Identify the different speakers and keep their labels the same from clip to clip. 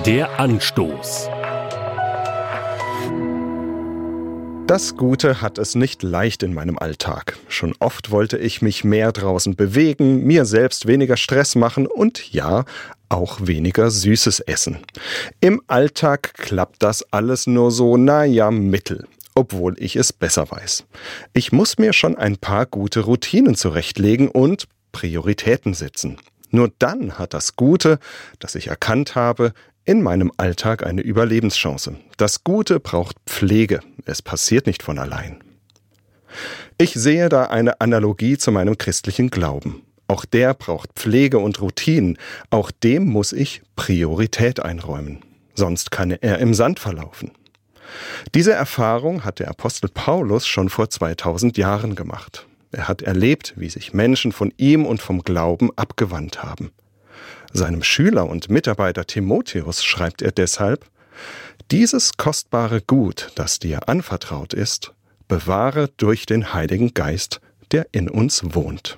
Speaker 1: Der Anstoß.
Speaker 2: Das Gute hat es nicht leicht in meinem Alltag. Schon oft wollte ich mich mehr draußen bewegen, mir selbst weniger Stress machen und ja, auch weniger Süßes essen. Im Alltag klappt das alles nur so, mittel, obwohl ich es besser weiß. Ich muss mir schon ein paar gute Routinen zurechtlegen und Prioritäten setzen. Nur dann hat das Gute, das ich erkannt habe, in meinem Alltag eine Überlebenschance. Das Gute braucht Pflege. Es passiert nicht von allein. Ich sehe da eine Analogie zu meinem christlichen Glauben. Auch der braucht Pflege und Routinen. Auch dem muss ich Priorität einräumen. Sonst kann er im Sand verlaufen. Diese Erfahrung hat der Apostel Paulus schon vor 2000 Jahren gemacht. Er hat erlebt, wie sich Menschen von ihm und vom Glauben abgewandt haben. Seinem Schüler und Mitarbeiter Timotheus schreibt er deshalb: Dieses kostbare Gut, das dir anvertraut ist, bewahre durch den Heiligen Geist, der in uns wohnt.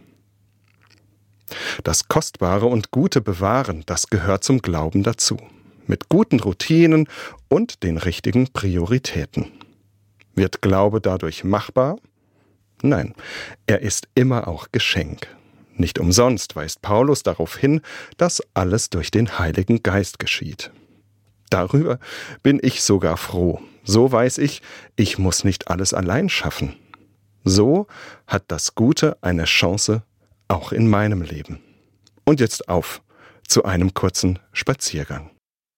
Speaker 2: Das kostbare und gute Bewahren, das gehört zum Glauben dazu. Mit guten Routinen und den richtigen Prioritäten. Wird Glaube dadurch machbar? Nein, er ist immer auch Geschenk. Nicht umsonst weist Paulus darauf hin, dass alles durch den Heiligen Geist geschieht. Darüber bin ich sogar froh. So weiß ich, ich muss nicht alles allein schaffen. So hat das Gute eine Chance auch in meinem Leben. Und jetzt auf zu einem kurzen Spaziergang.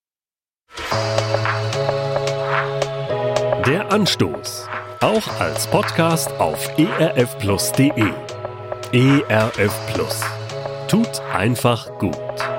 Speaker 1: Der Anstoß. Auch als Podcast auf erfplus.de. ERF Plus. Tut einfach gut.